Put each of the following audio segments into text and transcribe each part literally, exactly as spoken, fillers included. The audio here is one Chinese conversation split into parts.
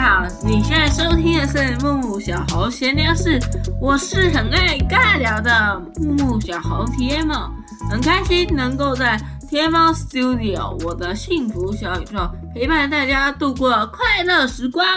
好，你现在收听的是木木小猴闲聊室，我是很爱尬聊的木木小猴 T M， 很开心能够在 T M Studio 我的幸福小宇宙陪伴大家度过快乐时光。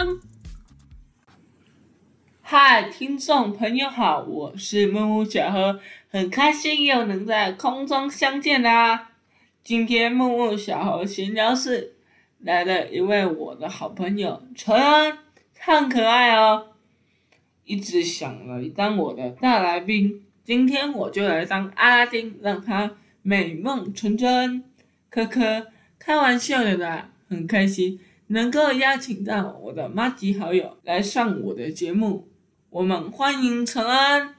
嗨，听众朋友好，我是木木小猴，很开心又能在空中相见啦。今天木木小猴闲聊室来了一位我的好朋友陈恩，他很可爱哦，一直想来当我的大来宾，今天我就来当阿拉丁，让他美梦成真。科科，开玩笑的啦，很开心能够邀请到我的麻吉好友来上我的节目，我们欢迎陈恩。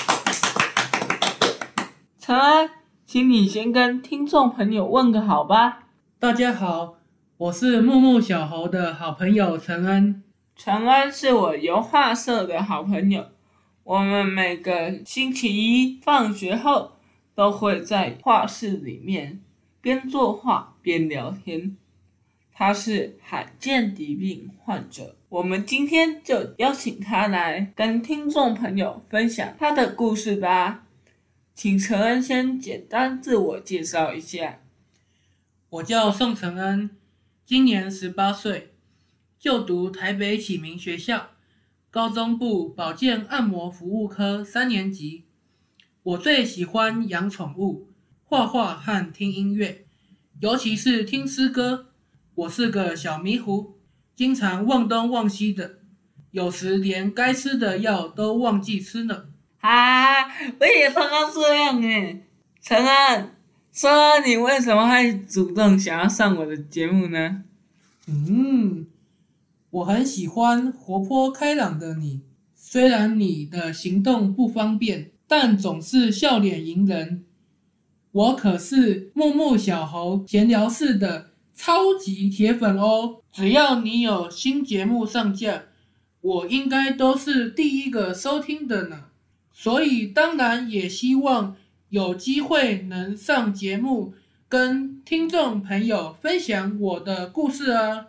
陈恩，请你先跟听众朋友问个好吧。 大家好，我是木木小猴的好朋友陈恩。 陈恩是我油画社的好朋友，我们每个星期一放学后都会在画室里面边作画边聊天。他是罕见疾病患者，我们今天就邀请他来跟听众朋友分享他的故事吧。请陈恩先简单自我介绍一下。 我叫宋承恩，今年十八岁，就读台北启明学校高中部保健按摩服务科三年级。我最喜欢养宠物、画画和听音乐，尤其是听诗歌。我是个小迷糊，经常忘东忘西的，有时连该吃的药都忘记吃呢。 啊，我也常常这样耶。陈恩，说你为什么会主动想要上我的节目呢？ 嗯，我很喜欢活泼开朗的你，虽然你的行动不方便，但总是笑脸迎人。我可是木木小猴闲聊室的超级铁粉哦，只要你有新节目上架，我应该都是第一个收听的呢。所以当然也希望有机会能上节目，跟听众朋友分享我的故事啊！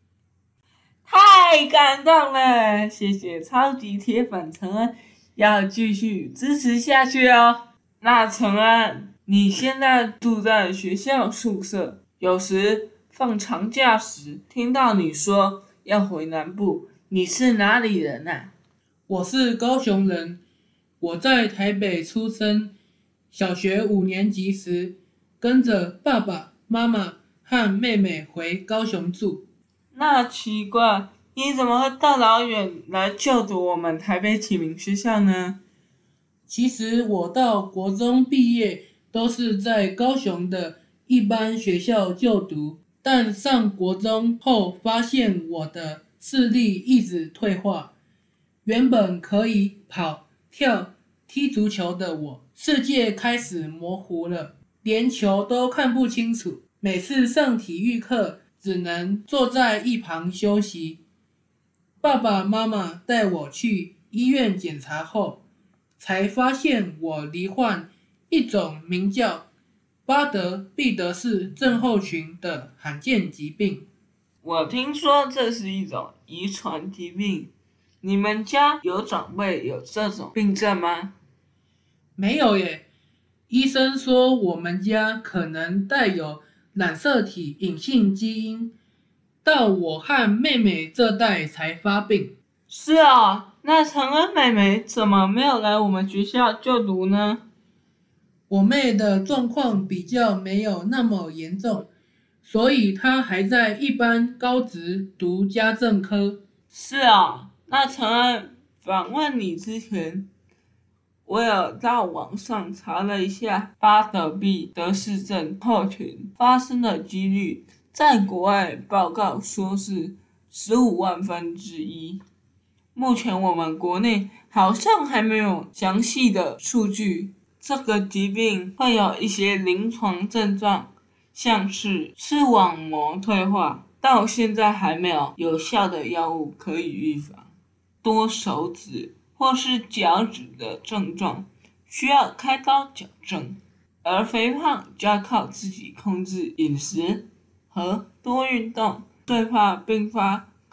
太感动了，谢谢超级铁粉陈恩，要继续支持下去哦。那陈恩，你现在住在学校宿舍，有时放长假时听到你说要回南部，你是哪里人啊？ 我是高雄人，我在台北出生，小学五年级时跟着爸爸妈妈和妹妹回高雄住。 那奇怪，你怎么会大老远来就读我们台北启明学校呢？ 其实我到国中毕业都是在高雄的一般学校就读，但上国中后发现我的视力一直退化，原本可以跑、跳、踢足球的我，世界开始模糊了，连球都看不清楚。每次上体育课只能坐在一旁休息。爸爸妈妈带我去医院检查后，才发现我罹患一种名叫巴德毕德氏症候群的罕见疾病。 我听说这是一种遗传疾病，你们家有长辈有这种病症吗？ 没有耶，医生说我们家可能带有染色体隐性基因，到我和妹妹这代才发病。 是啊，那陈恩妹妹怎么没有来我们学校就读呢？ 我妹的状况比较没有那么严重，所以她还在一般高职读家政科。 是啊，那陈恩访问你之前，我有到网上查了一下巴德毕德氏症候群发生的几率，在国外报告说是十五万分之一。目前我们国内好像还没有详细的数据。这个疾病会有一些临床症状，像是视网膜退化，到现在还没有有效的药物可以预防。多手指或是脚趾的症状需要开刀矫正，而肥胖就要靠自己控制饮食和多运动，最怕并发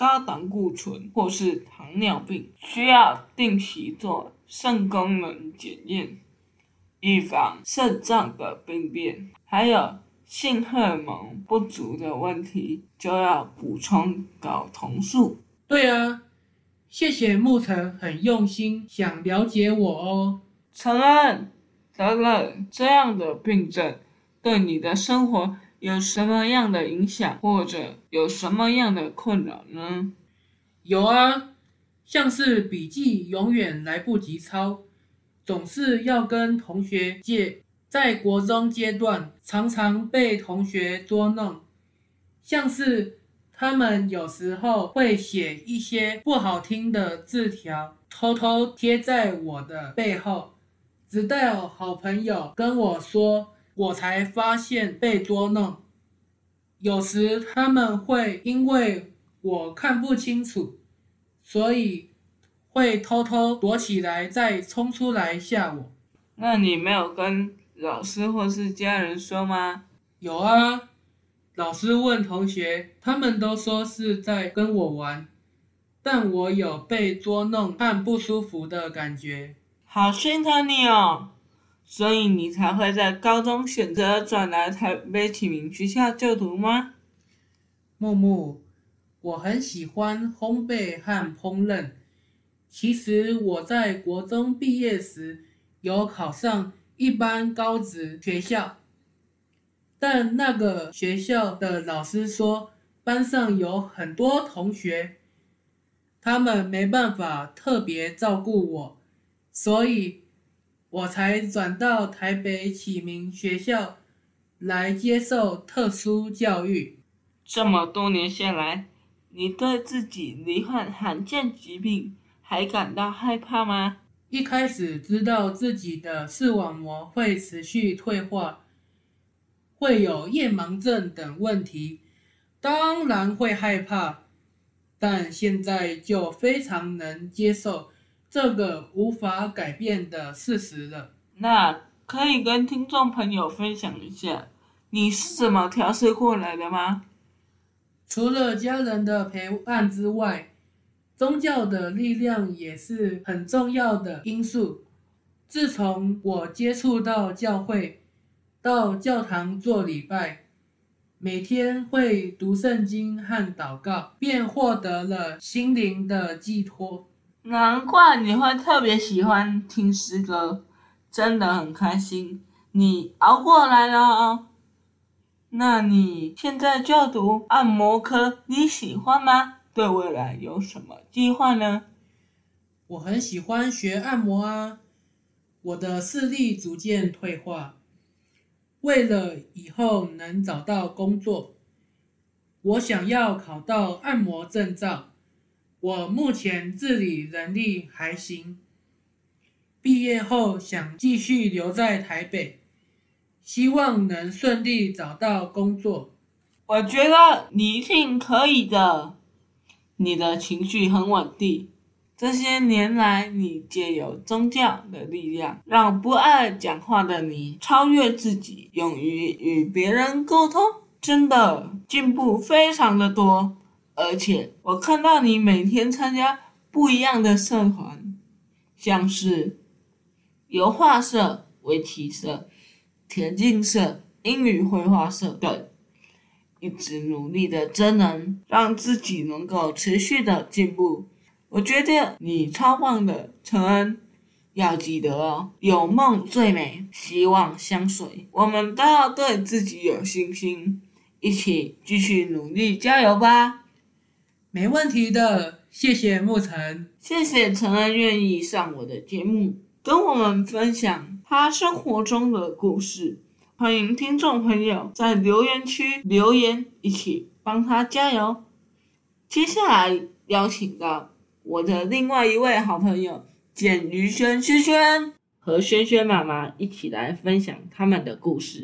高胆固醇或是糖尿病，需要定期做肾功能检验，预防肾脏的病变。还有性荷尔蒙不足的问题，就要补充睾酮素。 对啊，谢谢牧尘很用心想了解我哦。 承认得了这样的病症，对你的生活有什么样的影响，或者有什么样的困扰呢？ 有啊，像是笔记永远来不及抄，总是要跟同学借，在国中阶段常常被同学捉弄，像是他们有时候会写一些不好听的字条，偷偷贴在我的背后，直到好朋友跟我说，我才发现被捉弄。有时他们会因为我看不清楚，所以会偷偷躲起来再冲出来吓我。 那你没有跟老师或是家人说吗？ 有啊，老师问同学，他们都说是在跟我玩，但我有被捉弄和不舒服的感觉。 好心疼你哦，所以你才会在高中选择转来台北启明学校就读吗？ 木木，我很喜欢烘焙和烹饪。其实我在国中毕业时有考上一般高职学校，但那个学校的老师说，班上有很多同学，他们没办法特别照顾我，所以我才转到台北启明学校来接受特殊教育。 这么多年下来，你对自己罹患罕见疾病还感到害怕吗？ 一开始知道自己的视网膜会持续退化，会有夜盲症等问题，当然会害怕，但现在就非常能接受这个无法改变的事实了。 那可以跟听众朋友分享一下，你是怎么调试过来的吗？ 除了家人的陪伴之外，宗教的力量也是很重要的因素。自从我接触到教会，到教堂做礼拜，每天会读圣经和祷告，便获得了心灵的寄托。 难怪你会特别喜欢听诗歌，真的很开心，你熬过来了哦。那你现在就读按摩科，你喜欢吗？对未来有什么计划呢？ 我很喜欢学按摩啊，我的视力逐渐退化，为了以后能找到工作，我想要考到按摩证照。我目前自理能力还行，毕业后想继续留在台北，希望能顺利找到工作。 我觉得你一定可以的，你的情绪很稳定。这些年来，你借由宗教的力量，让不爱讲话的你超越自己，勇于与别人沟通，真的进步非常的多。而且我看到你每天参加不一样的社团，像是油画社、围棋社、田径社、英语绘画社等，一直努力的真人，让自己能够持续的进步。我觉得你超棒的，承恩，要记得哦，有梦最美，希望相随。我们都要对自己有信心，一起继续努力，加油吧！ 没问题的，谢谢沐晨。 谢谢承恩愿意上我的节目，跟我们分享他生活中的故事。欢迎听众朋友在留言区留言，一起帮他加油。接下来邀请到我的另外一位好朋友简于轩轩轩和轩轩妈妈一起来分享他们的故事。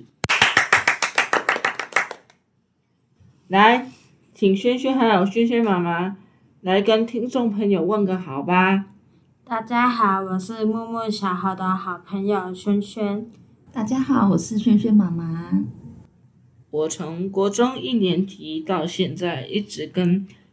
来，请轩轩还有轩轩妈妈来跟听众朋友问个好吧。 大家好，我是木木小猴的好朋友轩轩。 大家好，我是轩轩妈妈。 我从国中一年级到现在，一直跟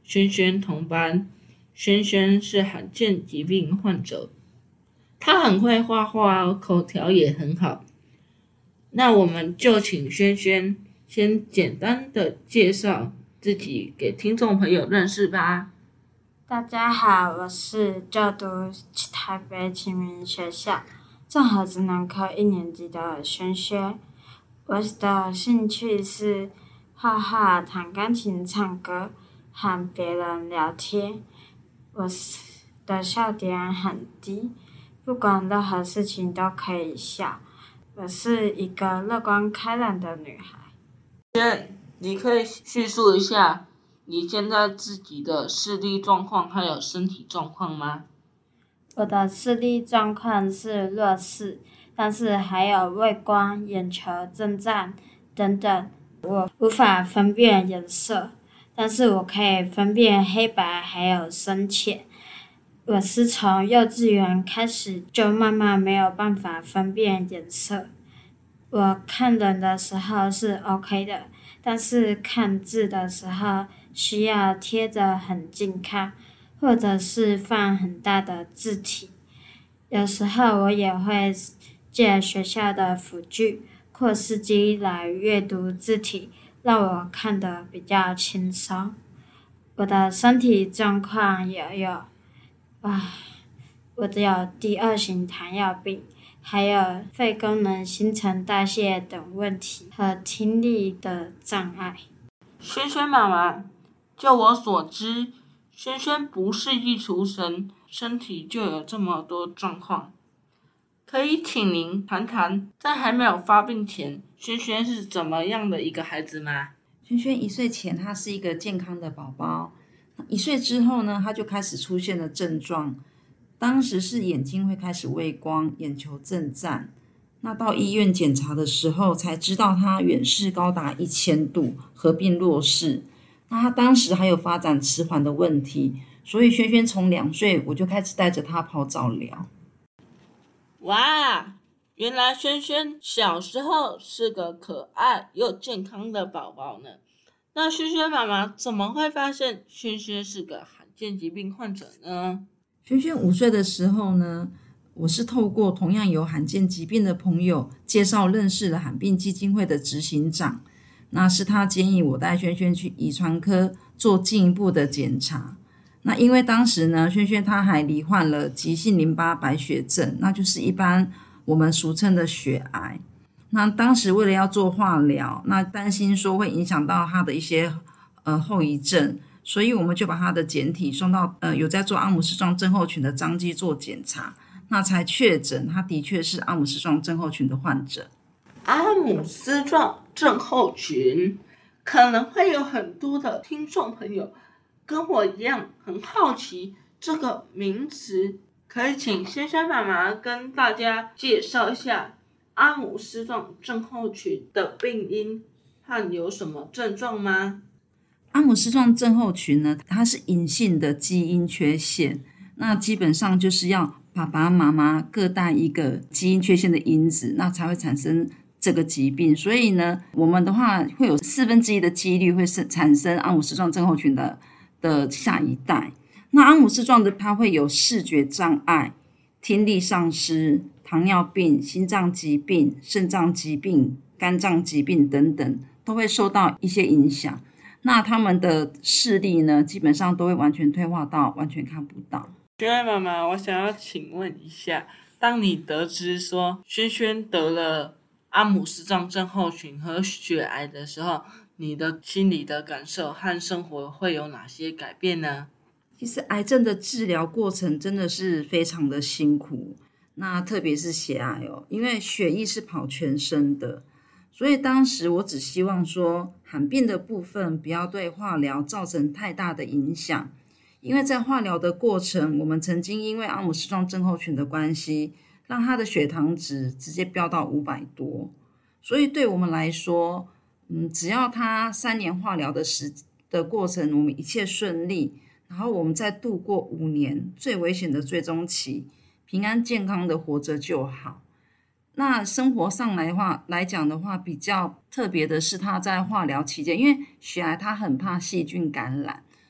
轩轩同班。轩轩是罕见疾病患者，他很会画画，口条也很好。那我们就请轩轩先简单的介绍自己给听众朋友认识吧。 大家好，我是就读台北启明学校综合职能科一年级的轩轩。我的兴趣是画画、弹钢琴、唱歌，和别人聊天。我的笑点很低，不管任何事情都可以笑。我是一个乐观开朗的女孩。 你可以叙述一下你现在自己的视力状况还有身体状况吗？ 我的视力状况是弱视，但是还有畏光、眼球震颤等等。我无法分辨颜色，但是我可以分辨黑白还有深浅。我是从幼稚园开始就慢慢没有办法分辨颜色。我看人的时候是 OK 的，但是看字的时候需要贴着很近看，或者是放很大的字体。有时候我也会借学校的辅具扩视机来阅读字体，让我看得比较轻松。我的身体状况也有，啊，我有第二型糖尿病，还有肺功能、新陈代谢等问题和听力的障碍。 轩轩妈妈，就我所知，轩轩不是一出生身体就有这么多状况，可以请您谈谈在还没有发病前，轩轩是怎么样的一个孩子吗？ 轩轩一岁前他是一个健康的宝宝，一岁之后呢，他就开始出现了症状。当时是眼睛会开始畏光，眼球震颤。那到医院检查的时候，才知道他远视高达一千度，合并弱视。那他当时还有发展迟缓的问题，所以轩轩从两岁我就开始带着他跑早疗。 哇，原来轩轩小时候是个可爱又健康的宝宝呢。那轩轩妈妈怎么会发现轩轩是个罕见疾病患者呢？ 轩轩五岁的时候呢，我是透过同样有罕见疾病的朋友介绍认识了罕病基金会的执行长，那是他建议我带轩轩去遗传科做进一步的检查。那因为当时呢，轩轩他还罹患了急性淋巴白血症，那就是一般我们俗称的血癌。那当时为了要做化疗，那担心说会影响到他的一些呃后遗症，所以我们就把他的检体送到呃有在做阿姆斯壮症候群的张基做检查，那才确诊他的确是阿姆斯壮症候群的患者。 阿姆斯壮症候群，可能会有很多的听众朋友跟我一样很好奇这个名词，可以请轩轩妈妈跟大家介绍一下阿姆斯壮症候群的病因和有什么症状吗？ 阿姆斯壮症候群呢，它是隐性的基因缺陷，那基本上就是要爸爸妈妈各带一个基因缺陷的因子，那才会产生这个疾病。所以呢，我们的话会有四分之一的几率会是产生阿姆斯壮症候群的的下一代。那阿姆斯壮的它会有视觉障碍、听力丧失、糖尿病、心脏疾病、肾脏疾病、肝脏疾病等等，都会受到一些影响。那他们的视力呢，基本上都会完全退化到完全看不到。 轩轩妈妈，我想要请问一下，当你得知说轩轩得了阿姆斯壮症候群和血癌的时候，你的心理的感受和生活会有哪些改变呢？ 其实癌症的治疗过程真的是非常的辛苦，那特别是血癌哦，因为血液是跑全身的，所以当时我只希望说罕病的部分不要对化疗造成太大的影响。因为在化疗的过程，我们曾经因为阿姆斯壮症候群的关系，让他的血糖值直接飙到五百多，所以对我们来说，嗯，只要他三年化疗的时的过程，我们一切顺利，然后我们再度过五年最危险的最终期，平安健康的活着就好。那生活上来话来讲的话，比较特别的是他在化疗期间，因为血癌他很怕细菌感染，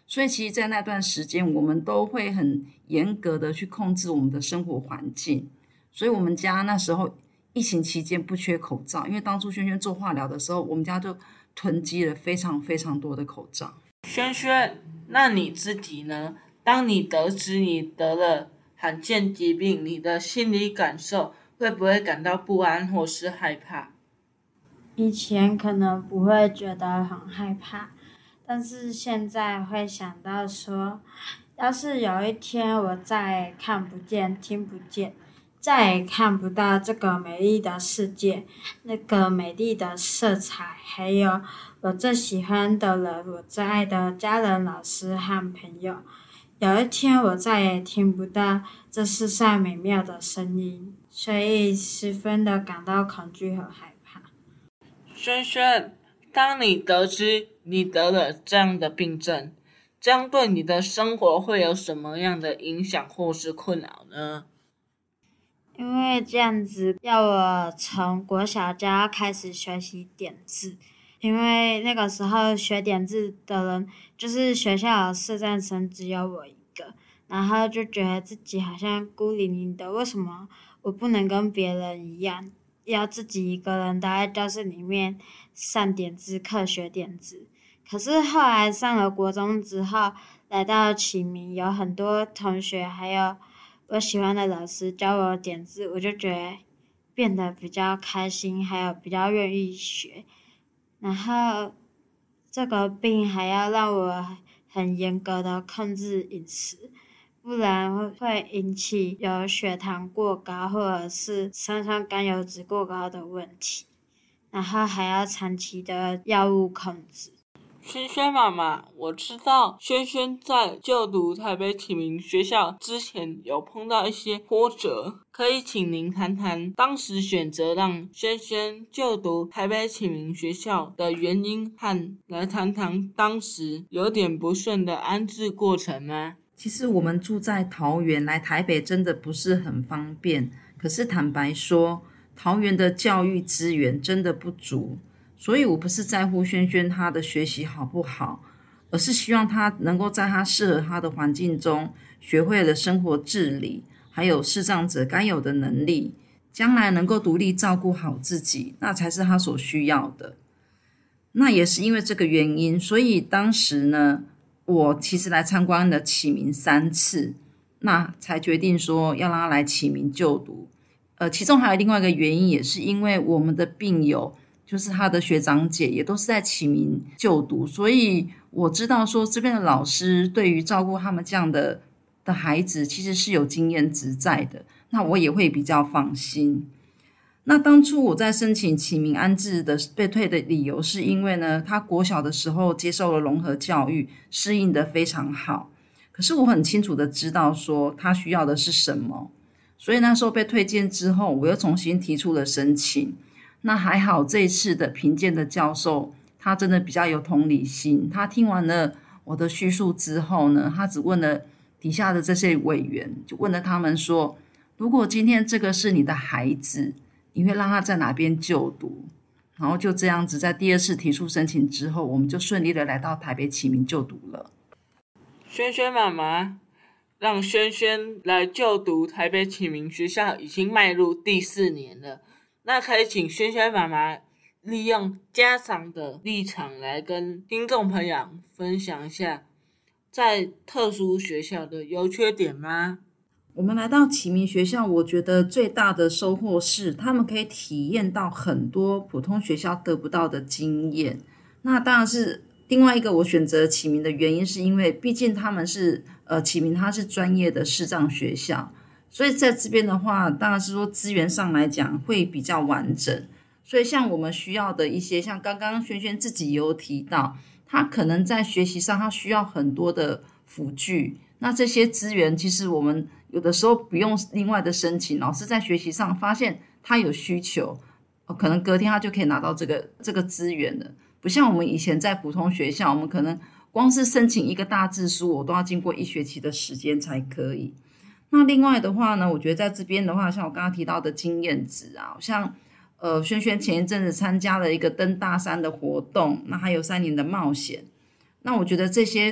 所以其实在那段时间我们都会很严格的去控制我们的生活环境，所以我们家那时候疫情期间不缺口罩，因为当初萱萱做化疗的时候，我们家就囤积了非常非常多的口罩。 萱萱，那你自己呢？当你得知你得了罕见疾病，你的心理感受会不会感到不安或是害怕？ 以前可能不会觉得很害怕，但是现在会想到说，要是有一天我再也看不见、听不见，再也看不到这个美丽的世界，那个美丽的色彩，还有我最喜欢的人，我最爱的家人、老师和朋友，有一天我再也听不到这世上美妙的声音，所以十分的感到恐惧和害怕。 萱萱，当你得知你得了这样的病症，这样对你的生活会有什么样的影响或是困扰呢？ 因为这样子要我从国小就要开始学习点字，因为那个时候学点字的人就是学校的视障生只有我一个，然后就觉得自己好像孤零零的，为什么我不能跟别人一样，要自己一个人待在教室里面上点字课学点字。可是后来上了国中之后，来到启明，有很多同学还有我喜欢的老师教我点字，我就觉得变得比较开心，还有比较愿意学。然后这个病还要让我很严格的控制饮食，不然会引起有血糖过高或者是三酸甘油酯过高的问题，然后还要长期的药物控制。 萱萱妈妈，我知道萱萱在就读台北启明学校之前有碰到一些波折，可以请您谈谈当时选择让萱萱就读台北启明学校的原因，和来谈谈当时有点不顺的安置过程吗？ 其实我们住在桃园，来台北真的不是很方便，可是坦白说，桃园的教育资源真的不足，所以我不是在乎萱萱她的学习好不好，而是希望她能够在她适合她的环境中学会了生活自理，还有视障者该有的能力，将来能够独立照顾好自己，那才是她所需要的。那也是因为这个原因，所以当时呢，我其实来参观了启明三次，那才决定说要让她来启明就读。呃，其中还有另外一个原因，也是因为我们的病友就是他的学长姐也都是在启明就读，所以我知道说这边的老师对于照顾他们这样的的孩子其实是有经验值在的，那我也会比较放心。那当初我在申请启明安置的被退的理由是因为呢，他国小的时候接受了融合教育，适应得非常好，可是我很清楚的知道说他需要的是什么，所以那时候被推荐之后，我又重新提出了申请。那还好这一次的评鉴的教授他真的比较有同理心，他听完了我的叙述之后呢，他只问了底下的这些委员，就问了他们说，如果今天这个是你的孩子，你会让他在哪边就读？然后就这样子在第二次提出申请之后，我们就顺利的来到台北启明就读了。 萱萱妈妈让萱萱来就读台北启明学校已经迈入第四年了，那可以请萱萱妈妈利用家长的立场来跟听众朋友分享一下在特殊学校的优缺点吗？ 我们来到启明学校，我觉得最大的收获是他们可以体验到很多普通学校得不到的经验。那当然是另外一个我选择启明的原因，是因为毕竟他们是呃启明它是专业的视障学校，所以在这边的话，当然是说资源上来讲会比较完整。所以像我们需要的一些，像刚刚萱萱自己有提到，他可能在学习上他需要很多的辅具，那这些资源其实我们有的时候不用另外的申请，老师在学习上发现他有需求，可能隔天他就可以拿到这个这个资源了。不像我们以前在普通学校，我们可能光是申请一个大字书，我都要经过一学期的时间才可以。那另外的话呢，我觉得在这边的话，像我刚刚提到的经验值啊，像呃萱萱前一阵子参加了一个登大山的活动，那还有三年的冒险，那我觉得这些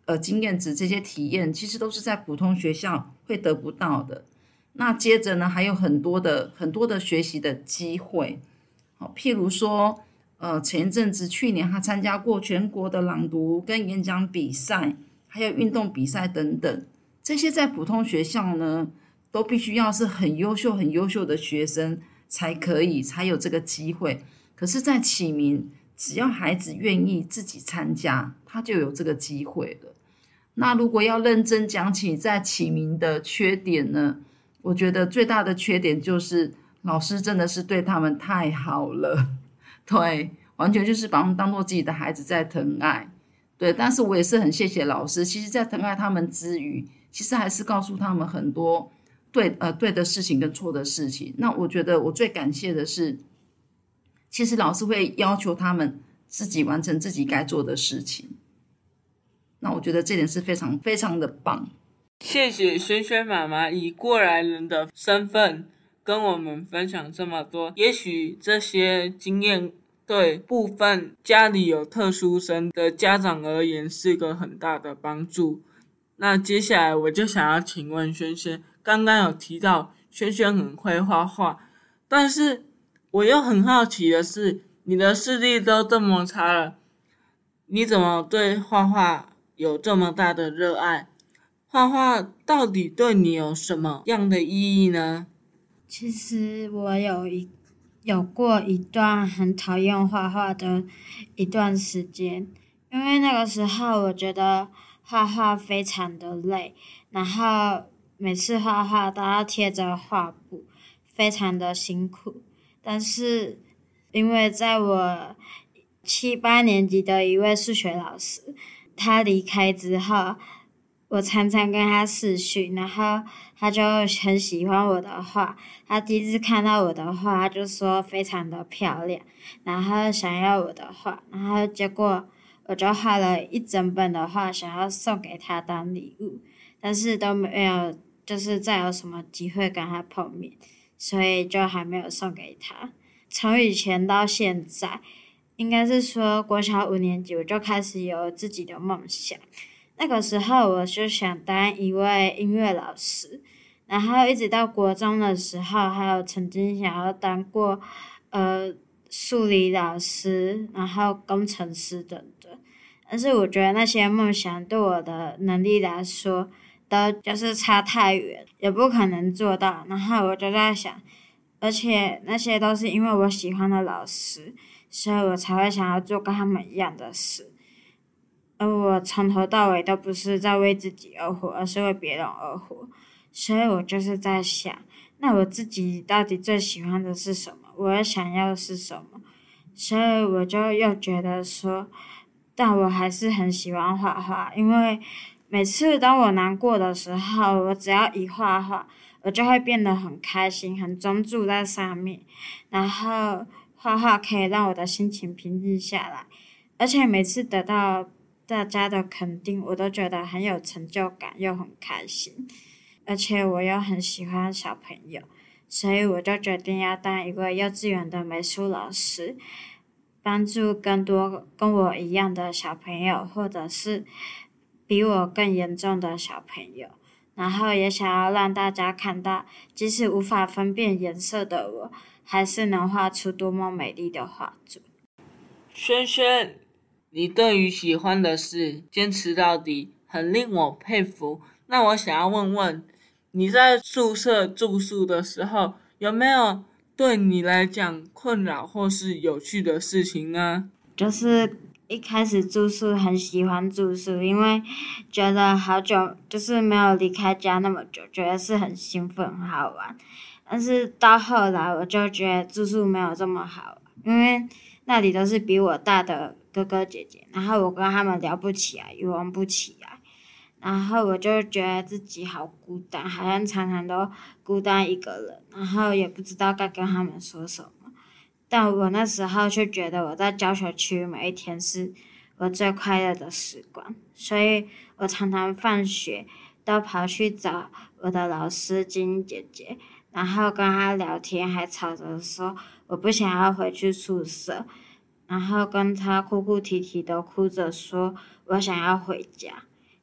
呃经验值、这些体验，其实都是在普通学校会得不到的。那接着呢，还有很多的很多的学习的机会，好，譬如说，呃，前一阵子去年他参加过全国的朗读跟演讲比赛，还有运动比赛等等，这些在普通学校呢，都必须要是很优秀、很优秀的学生才可以，才有这个机会。可是，在启明，只要孩子愿意自己参加，他就有这个机会了。那如果要认真讲起在启明的缺点呢？我觉得最大的缺点就是老师真的是对他们太好了，对，完全就是把他们当作自己的孩子在疼爱，对。但是我也是很谢谢老师，其实在疼爱他们之余，其实还是告诉他们很多对呃对的事情跟错的事情。那我觉得我最感谢的是，其实老师会要求他们自己完成自己该做的事情，那我觉得这点是非常非常的棒。 谢谢萱萱妈妈以过来人的身份跟我们分享这么多，也许这些经验对部分家里有特殊生的家长而言是个很大的帮助。那接下来我就想要请问萱萱，刚刚有提到萱萱很会画画，但是我又很好奇的是，你的视力都这么差了，你怎么对画画有这么大的热爱？画画到底对你有什么样的意义呢？ 其实我有一有过一段很讨厌画画的一段时间，因为那个时候我觉得画画非常的累，然后每次画画都要贴着画布，非常的辛苦。但是因为在我七八年级的一位数学老师，他离开之后，我常常跟他视讯，然后他就很喜欢我的画。他第一次看到我的画，他就说非常的漂亮，然后想要我的画，然后结果我就画了一整本的画，想要送给他当礼物，但是都没有，就是再有什么机会跟他碰面，所以就还没有送给他。从以前到现在，应该是说国小五年级我就开始有自己的梦想。那个时候我就想当一位音乐老师，然后一直到国中的时候，还有曾经想要当过呃数理老师，然后工程师等等。但是我觉得那些梦想对我的能力来说，都就是差太远，也不可能做到。然后我就在想，而且那些都是因为我喜欢的老师，所以我才会想要做跟他们一样的事。而我从头到尾都不是在为自己而活，而是为别人而活。所以我就是在想，那我自己到底最喜欢的是什么？我想要的是什么？所以我就又觉得说，但我还是很喜欢画画，因为每次当我难过的时候，我只要一画画，我就会变得很开心，很专注在上面。然后画画可以让我的心情平静下来，而且每次得到大家的肯定，我都觉得很有成就感，又很开心。而且我又很喜欢小朋友，所以我就决定要当一位幼稚园的美术老师，帮助更多跟我一样的小朋友，或者是比我更严重的小朋友。然后也想要让大家看到，即使无法分辨颜色的我，还是能画出多么美丽的画作。 萱萱，你对于喜欢的事坚持到底，很令我佩服。那我想要问问，你在宿舍住宿的时候，有没有对你来讲困扰或是有趣的事情呢？ 就是一开始住宿很喜欢住宿，因为觉得好久就是没有离开家那么久，觉得是很兴奋很好玩。但是到后来我就觉得住宿没有这么好玩，因为那里都是比我大的哥哥姐姐，然后我跟他们聊不起来，语文不起来，然后我就觉得自己好孤单，好像常常都孤单一个人，然后也不知道该跟他们说什么。但我那时候却觉得我在教学区每一天是我最快乐的时光，所以我常常放学都跑去找我的老师金姐姐，然后跟她聊天，还吵着说我不想要回去宿舍，然后跟她哭哭啼啼的哭着说我想要回家。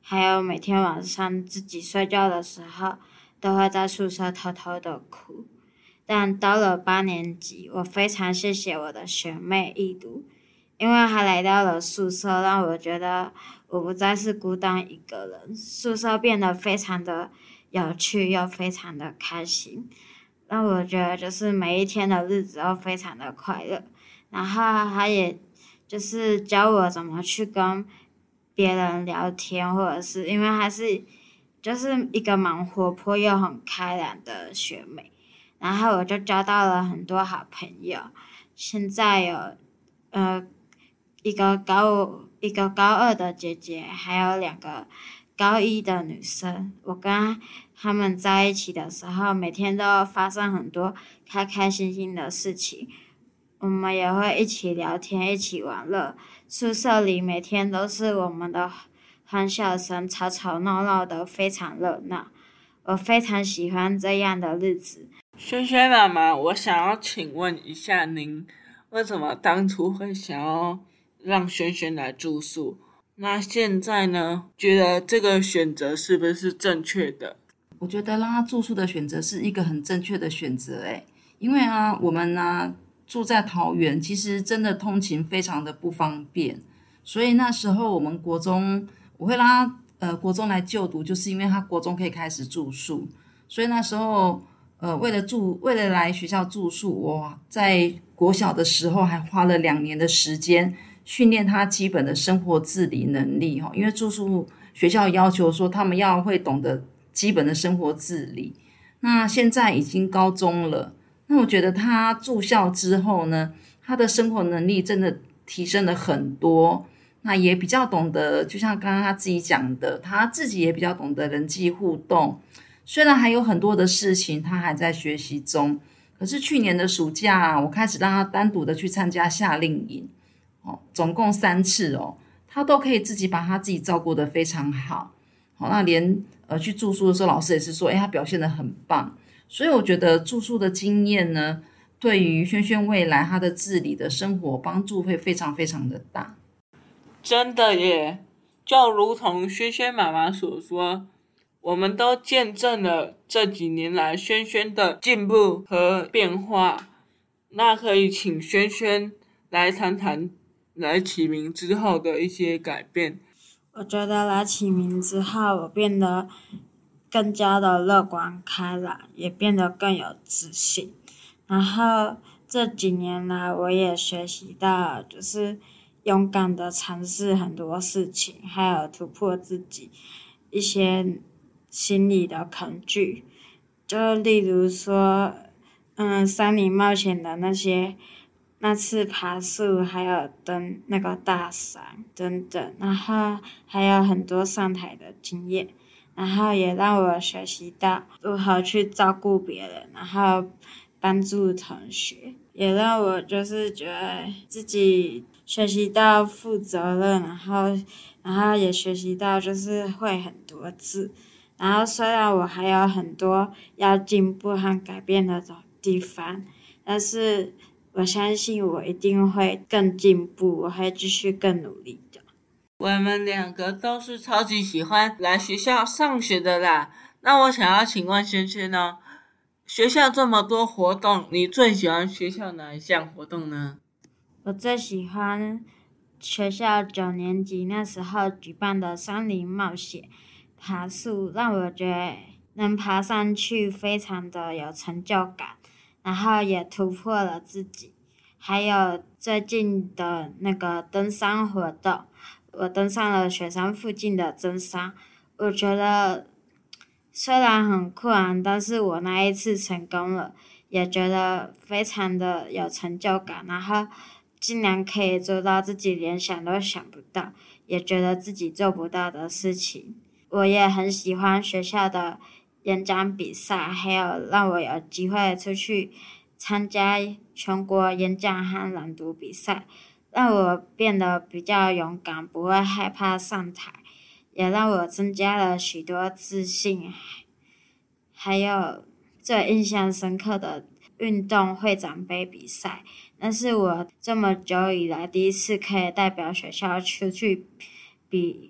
还有每天晚上自己睡觉的时候，都会在宿舍偷偷的哭。但到了八年级，我非常谢谢我的学妹易读，因为她来到了宿舍，让我觉得我不再是孤单一个人，宿舍变得非常的有趣又非常的开心，让我觉得就是每一天的日子都非常的快乐。然后她也就是教我怎么去跟别人聊天，或者是因为她是就是一个蛮活泼又很开朗的学妹，然后我就交到了很多好朋友。现在有呃一个高一个高二的姐姐，还有两个高一的女生。我跟她们在一起的时候，每天都发生很多开开心心的事情。我们也会一起聊天，一起玩乐。宿舍里每天都是我们的欢笑声，吵吵闹闹的，非常热闹。我非常喜欢这样的日子。 萱萱妈妈，我想要请问一下您，为什么当初会想要让萱萱来住宿？那现在呢？觉得这个选择是不是正确的？ 我觉得让他住宿的选择是一个很正确的选择，诶，因为啊，我们呢、啊、住在桃园，其实真的通勤非常的不方便，所以那时候我们国中，我会让他呃国中来就读，就是因为他国中可以开始住宿，所以那时候呃为了住为了来学校住宿，我在国小的时候还花了两年的时间训练他基本的生活自理能力哈，因为住宿学校要求说他们要会懂得基本的生活自理。那现在已经高中了，那我觉得他住校之后呢，他的生活能力真的提升了很多，那也比较懂得，就像刚刚他自己讲的，他自己也比较懂得人际互动。虽然还有很多的事情他还在学习中，可是去年的暑假，我开始让他单独的去参加夏令营，哦，总共三次哦，他都可以自己把他自己照顾得非常好。好，那连呃去住宿的时候，老师也是说，哎，他表现得很棒。所以我觉得住宿的经验呢，对于萱萱未来他的自理的生活帮助会非常非常的大。 真的耶，就如同萱萱妈妈所说，我们都见证了这几年来萱萱的进步和变化。那可以请萱萱来谈谈来启明之后的一些改变。 我觉得来启明之后，我变得更加的乐观开朗，也变得更有自信。然后这几年来，我也学习到，就是勇敢的尝试很多事情，还有突破自己一些心理的恐惧。就例如说，嗯，山林冒险的那些。那次爬树，还有登那个大山等等，然后还有很多上台的经验，然后也让我学习到如何去照顾别人，然后帮助同学，也让我就是觉得自己学习到负责任，然后然后也学习到就是会很多字，然后虽然我还有很多要进步和改变的地方，但是我相信我一定会更进步，我会继续更努力的。 我们两个都是超级喜欢来学校上学的啦。那我想要请问萱萱呢，学校这么多活动，你最喜欢学校哪一项活动呢？ 我最喜欢学校九年级那时候举办的山林冒险爬树，让我觉得能爬上去非常的有成就感，然后也突破了自己。还有最近的那个登山活动，我登上了雪山附近的真山，我觉得虽然很困难，但是我那一次成功了，也觉得非常的有成就感，然后竟然可以做到自己连想都想不到，也觉得自己做不到的事情。我也很喜欢学校的演讲比赛，还有让我有机会出去参加全国演讲和朗读比赛，让我变得比较勇敢，不会害怕上台，也让我增加了许多自信。还有最印象深刻的运动会长杯比赛，那是我这么久以来第一次可以代表学校出去比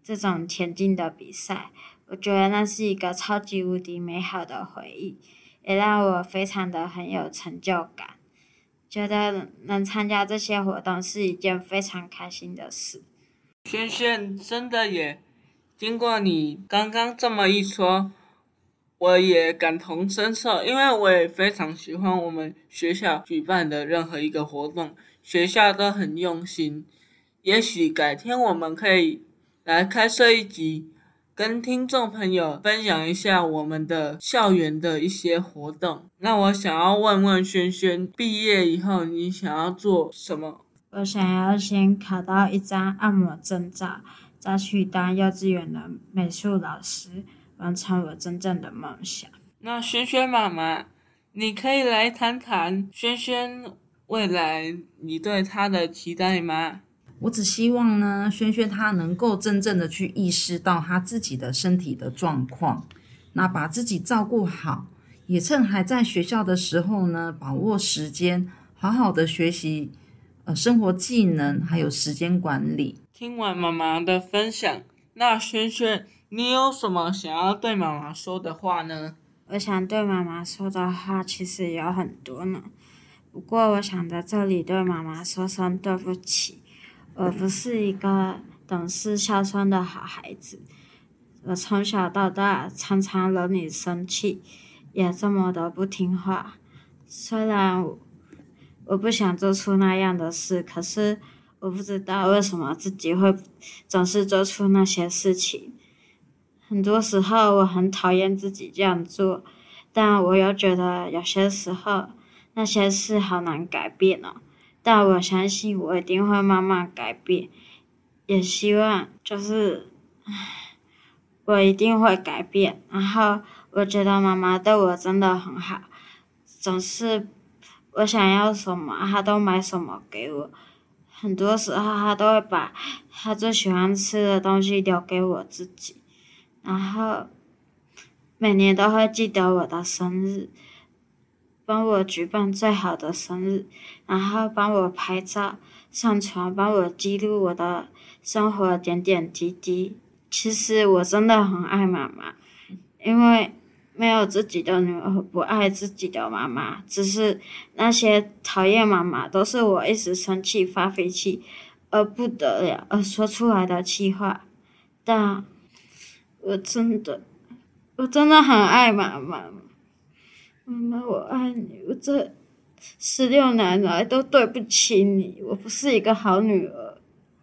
这种田径的比赛，我觉得那是一个超级无敌美好的回忆，也让我非常的很有成就感，觉得能参加这些活动是一件非常开心的事。 萱萱真的也经过你刚刚这么一说，我也感同身受，因为我也非常喜欢我们学校举办的任何一个活动，学校都很用心。也许改天我们可以来开设一集，跟听众朋友分享一下我们的校园的一些活动。那我想要问问萱萱，毕业以后你想要做什么？ 我想要先考到一张按摩证照，再去当幼稚园的美术老师，完成我真正的梦想。 那萱萱妈妈，你可以来谈谈萱萱未来你对她的期待吗？ 我只希望呢，萱萱她能够真正的去意识到她自己的身体的状况，那把自己照顾好，也趁还在学校的时候呢，把握时间，好好的学习呃生活技能，还有时间管理。 听完妈妈的分享，那萱萱，你有什么想要对妈妈说的话呢？ 我想对妈妈说的话其实有很多呢，不过我想在这里对妈妈说声对不起。我不是一个懂事孝顺的好孩子，我从小到大常常惹你生气，也这么的不听话。虽然 我, 我不想做出那样的事，可是我不知道为什么自己会总是做出那些事情。很多时候我很讨厌自己这样做，但我又觉得有些时候那些事好难改变哦。但我相信我一定会慢慢改变，也希望就是我一定会改变。然后我觉得妈妈对我真的很好，总是我想要什么她都买什么给我，很多时候她都会把她最喜欢吃的东西留给我自己，然后每年都会记得我的生日，帮我举办最好的生日，然后帮我拍照上传，帮我记录我的生活点点滴滴。其实我真的很爱妈妈，因为没有自己的女儿不爱自己的妈妈，只是那些讨厌妈妈都是我一时生气发脾气而不得了而说出来的气话。但我真的我真的很爱妈妈，妈妈我爱你，我这十六年来都对不起你，我不是一个好女儿。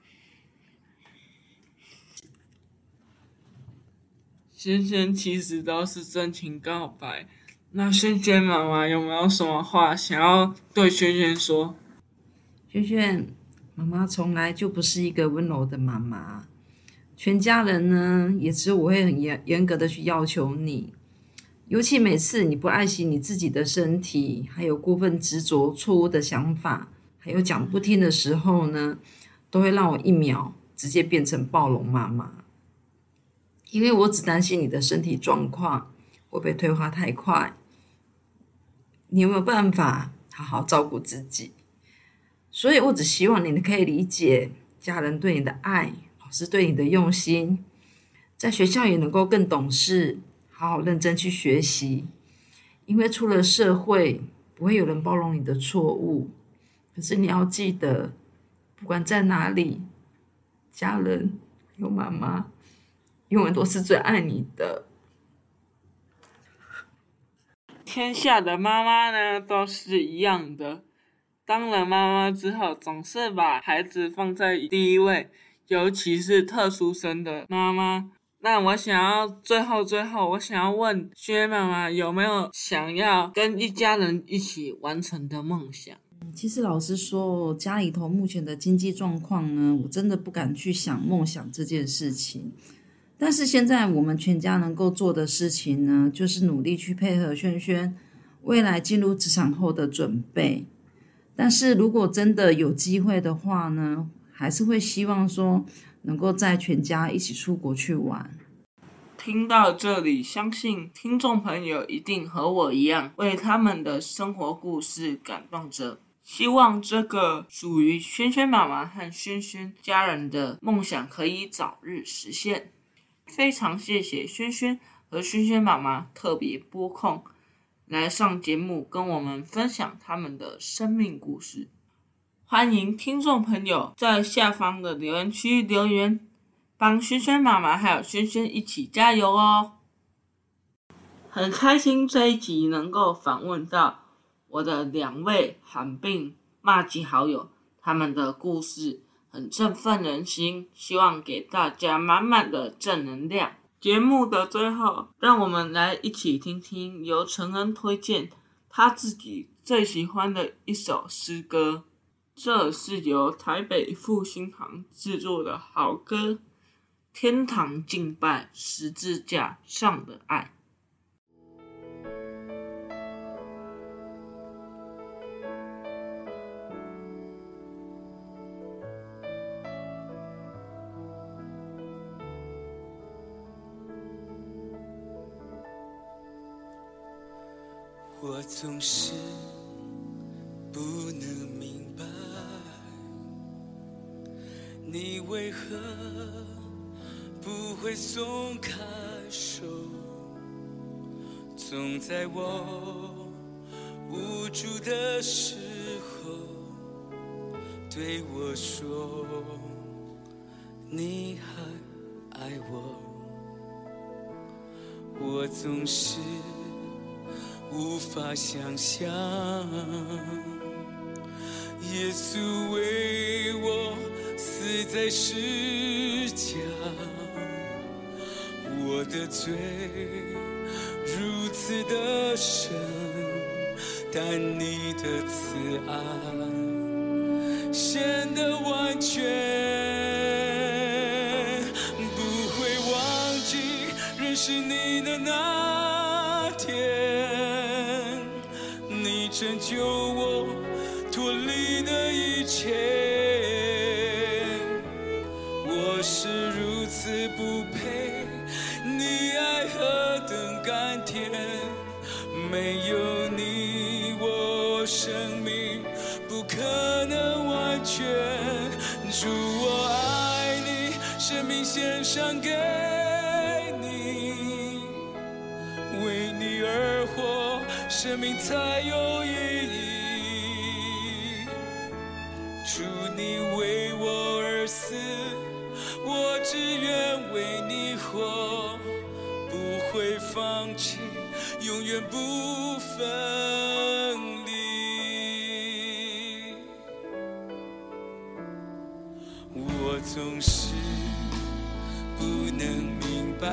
萱萱其实都是真情告白，那萱萱妈妈有没有什么话想要对萱萱说？ 萱萱，妈妈从来就不是一个温柔的妈妈，全家人呢也只有我会很严严格的去要求你，尤其每次你不爱惜你自己的身体，还有过分执着错误的想法，还有讲不听的时候呢，都会让我一秒直接变成暴龙妈妈。因为我只担心你的身体状况会不会退化太快，你有没有办法好好照顾自己，所以我只希望你可以理解家人对你的爱，老师对你的用心，在学校也能够更懂事，好好认真去学习，因为出了社会不会有人包容你的错误，可是你要记得，不管在哪里，家人有妈妈永远都是最爱你的。 天下的妈妈呢都是一样的，当了妈妈之后总是把孩子放在第一位，尤其是特殊生的妈妈。那我想要最后最后我想要问萱妈妈，有没有想要跟一家人一起完成的梦想？ 其实老实说，家里头目前的经济状况呢，我真的不敢去想梦想这件事情。但是现在我们全家能够做的事情呢，就是努力去配合萱萱未来进入职场后的准备。但是如果真的有机会的话呢，还是会希望说能够带全家一起出国去玩。 听到这里，相信听众朋友一定和我一样为他们的生活故事感动着。 希望这个属于萱萱妈妈和萱萱家人的梦想可以早日实现。非常谢谢萱萱和萱萱妈妈特别拨空来上节目跟我们分享他们的生命故事。欢迎听众朋友在下方的留言区留言，帮萱萱妈妈还有萱萱一起加油哦！很开心这一集能够访问到我的两位罕病麻吉好友，他们的故事很振奋人心，希望给大家满满的正能量。节目的最后，让我们来一起听听由承恩推荐他自己最喜欢的一首诗歌，这是由台北复兴堂制作的好歌《天堂敬拜十字架上的爱》。 我总是不能明白，你为何不会松开手，总在我无助的时候对我说你还爱我。我总是无法想象，耶稣为我死在十架，我的罪如此的深，但你的慈爱显得完全，不会忘记认识你的那天，拯救我脱离的一切，我是如此不配，你爱何等甘甜，没有你我生命不可能完全，主我爱你，生命献上给你，为你而活，生命才有意义。主你为我而死，我只愿为你活，不会放弃，永远不分离。我总是不能明白，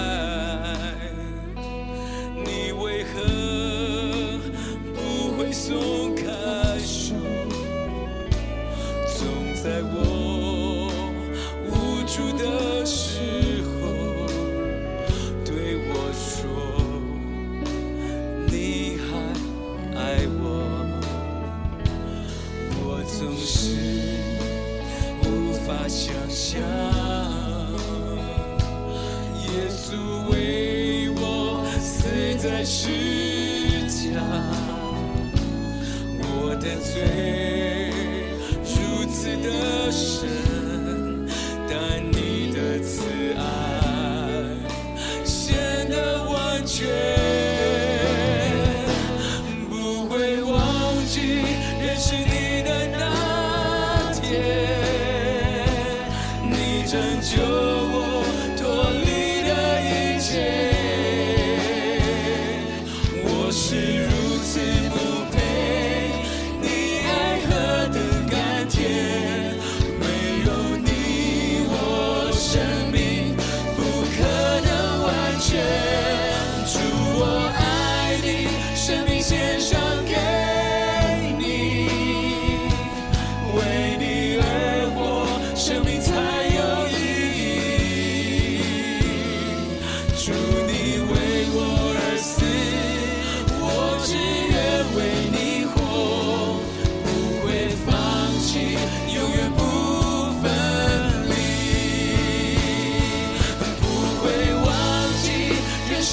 你为何不会松开手，总在我无助的时候对我说你还爱我。我总是无法想象，耶稣为我死在十架，我的罪如此的深，但你的慈爱显得完全，不会忘记认识你的那天，你拯救我脱离了一切，我是如此不配，你爱何等甘甜，没有你我生命不可能完全，主我爱你，生命献上给你，为你而活，生命才有意义。主你为我而死，我只愿为你活，不会放弃，永远不分离，不会忘记认识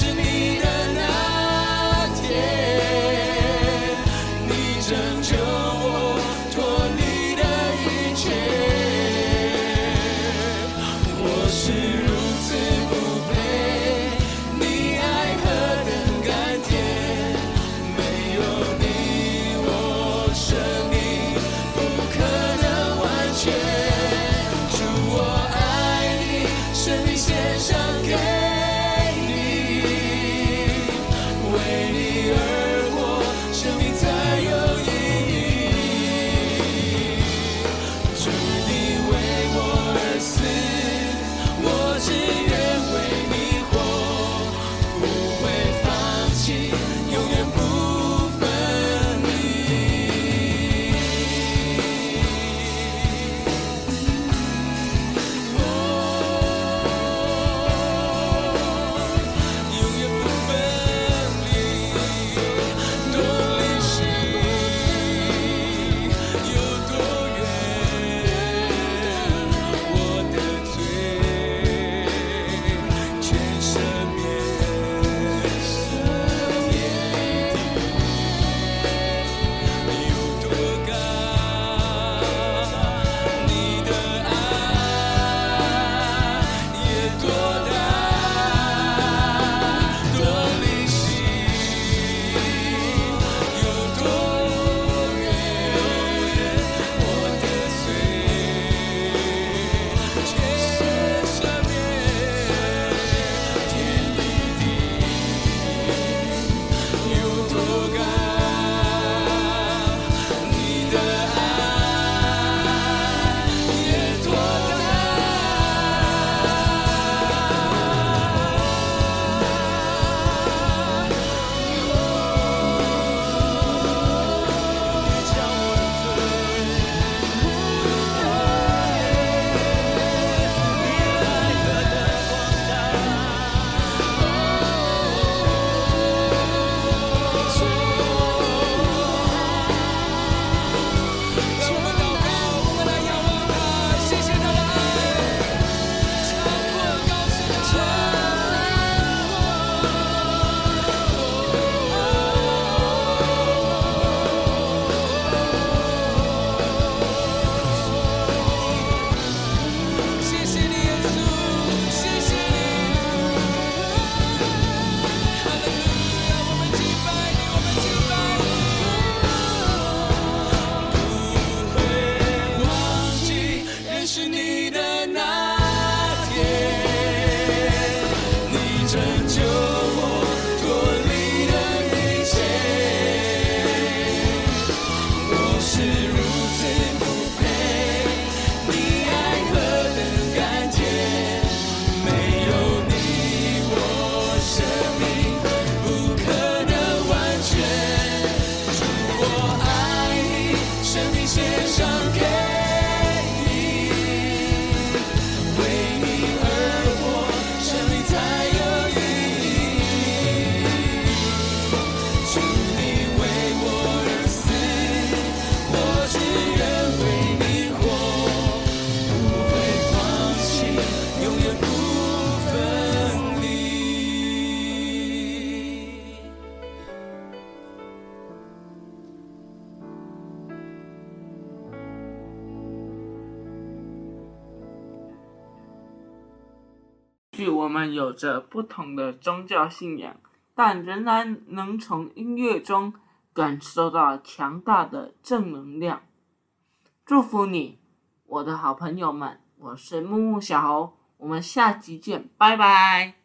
许我们有着不同的宗教信仰，但仍然能从音乐中感受到强大的正能量。祝福你，我的好朋友们，我是木木小猴，我们下集见，拜拜。